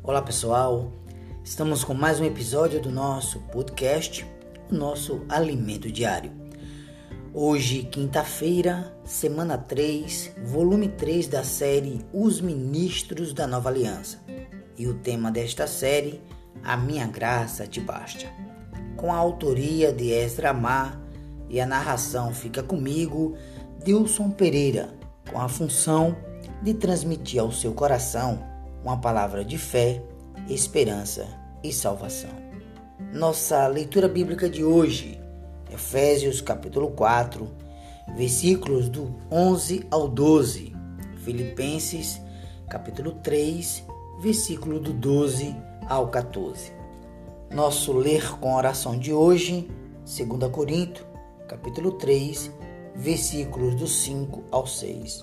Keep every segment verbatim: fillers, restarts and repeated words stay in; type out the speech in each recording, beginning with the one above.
Olá pessoal, estamos com mais um episódio do nosso podcast, o nosso Alimento Diário. Hoje, quinta-feira, semana três, volume três da série Os Ministros da Nova Aliança. E o tema desta série, A Minha Graça Te Basta. Com a autoria de Ezra Amar e a narração Fica Comigo, Dilson Pereira, com a função de transmitir ao seu coração uma palavra de fé, esperança e salvação. Nossa leitura bíblica de hoje, Efésios capítulo quatro, versículos do onze ao doze, Filipenses capítulo três, versículo do doze ao quatorze. Nosso ler com oração de hoje, dois Coríntios capítulo três, versículos do cinco ao seis.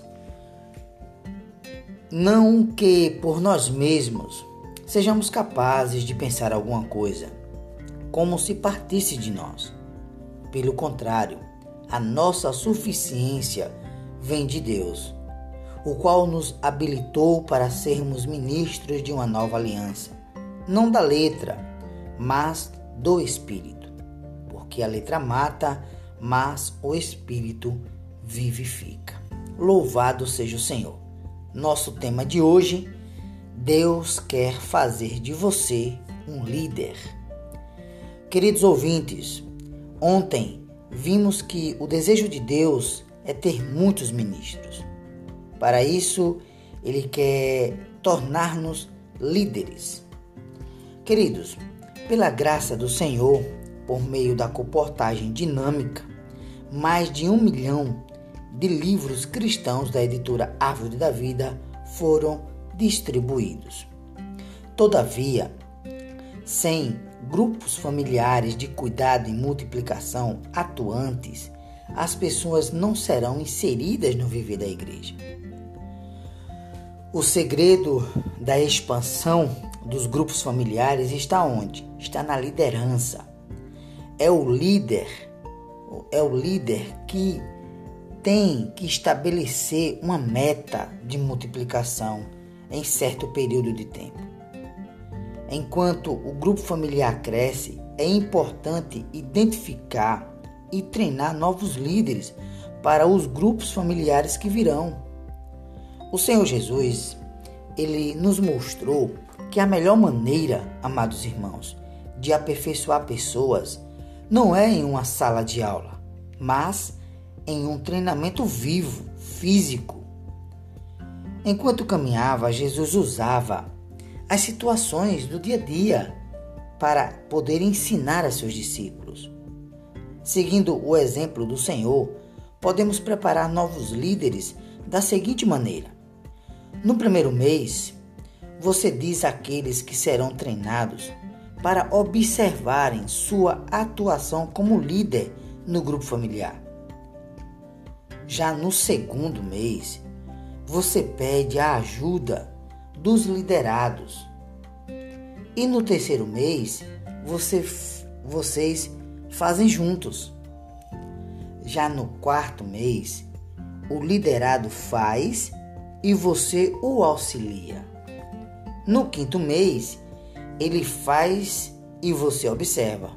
Não que por nós mesmos sejamos capazes de pensar alguma coisa, como se partisse de nós. Pelo contrário, a nossa suficiência vem de Deus, o qual nos habilitou para sermos ministros de uma nova aliança, não da letra, mas do Espírito, porque a letra mata, mas o Espírito vivifica. Louvado seja o Senhor. Nosso tema de hoje: Deus quer fazer de você um líder. Queridos ouvintes, ontem vimos que o desejo de Deus é ter muitos ministros. Para isso, Ele quer tornar-nos líderes. Queridos, pela graça do Senhor, por meio da comportagem dinâmica, mais de um milhão de livros cristãos da editora Árvore da Vida foram distribuídos. Todavia, sem grupos familiares de cuidado e multiplicação atuantes, as pessoas não serão inseridas no viver da igreja. O segredo da expansão dos grupos familiares está onde? Está na liderança. É o líder, é o líder que tem que estabelecer uma meta de multiplicação em certo período de tempo. Enquanto o grupo familiar cresce, é importante identificar e treinar novos líderes para os grupos familiares que virão. O Senhor Jesus, Ele nos mostrou que a melhor maneira, amados irmãos, de aperfeiçoar pessoas não é em uma sala de aula, mas em um treinamento vivo, físico. Enquanto caminhava, Jesus usava as situações do dia a dia para poder ensinar a seus discípulos. Seguindo o exemplo do Senhor, podemos preparar novos líderes da seguinte maneira: no primeiro mês, você diz àqueles que serão treinados para observarem sua atuação como líder no grupo familiar. Já no segundo mês, você pede a ajuda dos liderados. E no terceiro mês, você, vocês fazem juntos. Já no quarto mês, o liderado faz e você o auxilia. No quinto mês, ele faz e você observa.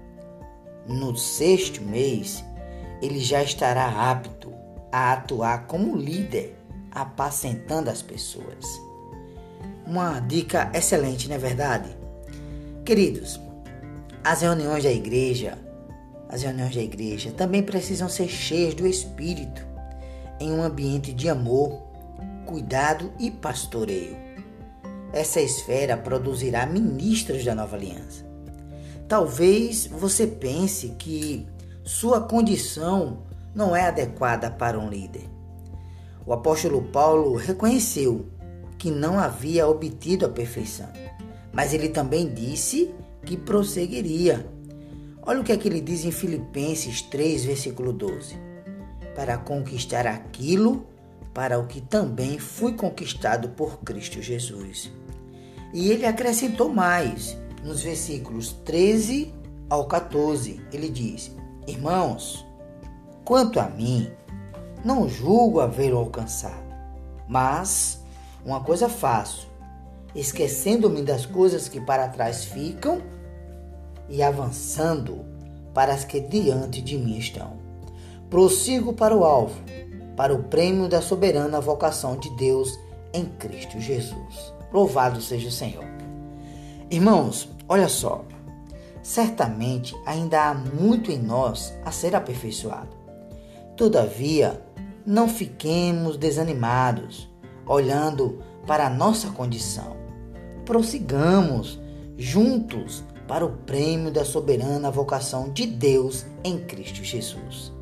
No sexto mês, ele já estará apto a atuar como líder, apacentando as pessoas. Uma dica excelente, não é verdade? Queridos, as reuniões da igreja, as reuniões da igreja também precisam ser cheias do Espírito, em um ambiente de amor, cuidado e pastoreio. Essa esfera produzirá ministros da nova aliança. Talvez você pense que sua condição não é adequada para um líder. O apóstolo Paulo reconheceu que não havia obtido a perfeição, mas ele também disse que prosseguiria. Olha o que é que ele diz em Filipenses três, versículo doze. Para conquistar aquilo para o que também fui conquistado por Cristo Jesus. E ele acrescentou mais, nos versículos treze ao quatorze, ele diz: irmãos, quanto a mim, não julgo havê-lo alcançado, mas uma coisa faço, esquecendo-me das coisas que para trás ficam e avançando para as que diante de mim estão. Prossigo para o alvo, para o prêmio da soberana vocação de Deus em Cristo Jesus. Louvado seja o Senhor. Irmãos, olha só, certamente ainda há muito em nós a ser aperfeiçoado. Todavia, não fiquemos desanimados, olhando para a nossa condição. Prossigamos juntos para o prêmio da soberana vocação de Deus em Cristo Jesus.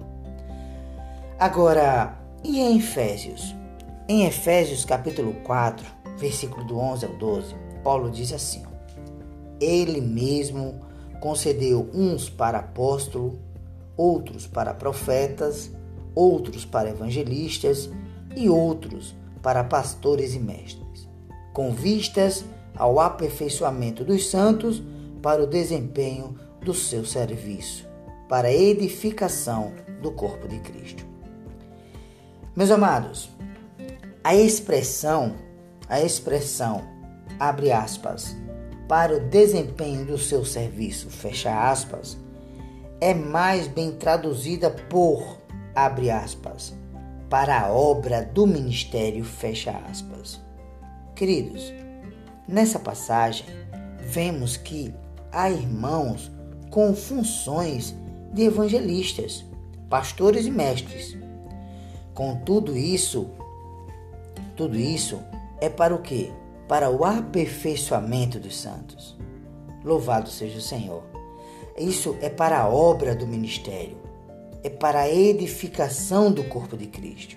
Agora, e em Efésios? Em Efésios capítulo quatro, versículo do onze ao doze, Paulo diz assim: Ele mesmo concedeu uns para apóstolos, outros para profetas, outros para evangelistas e outros para pastores e mestres, com vistas ao aperfeiçoamento dos santos para o desempenho do seu serviço, para a edificação do corpo de Cristo. Meus amados, a expressão, a expressão, abre aspas, para o desempenho do seu serviço, fecha aspas, é mais bem traduzida por, abre aspas, para a obra do ministério, fecha aspas. Queridos, nessa passagem, vemos que há irmãos com funções de evangelistas, pastores e mestres. Com tudo isso, tudo isso é para o quê? Para o aperfeiçoamento dos santos. Louvado seja o Senhor. Isso é para a obra do ministério. É para a edificação do corpo de Cristo.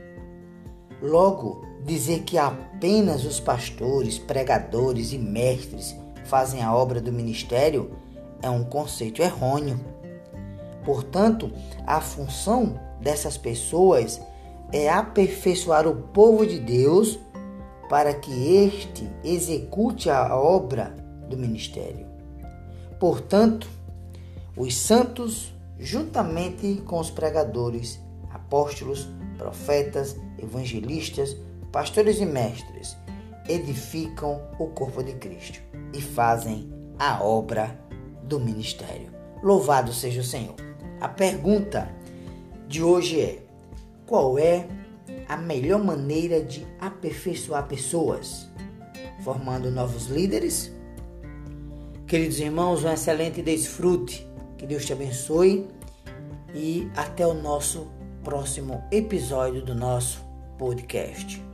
Logo, dizer que apenas os pastores, pregadores e mestres fazem a obra do ministério é um conceito errôneo. Portanto, a função dessas pessoas é aperfeiçoar o povo de Deus para que este execute a obra do ministério. Portanto, os santos, juntamente com os pregadores, apóstolos, profetas, evangelistas, pastores e mestres, edificam o corpo de Cristo e fazem a obra do ministério. Louvado seja o Senhor. A pergunta de hoje é: qual é a melhor maneira de aperfeiçoar pessoas? Formando novos líderes? Queridos irmãos, um excelente desfrute. Que Deus te abençoe e até o nosso próximo episódio do nosso podcast.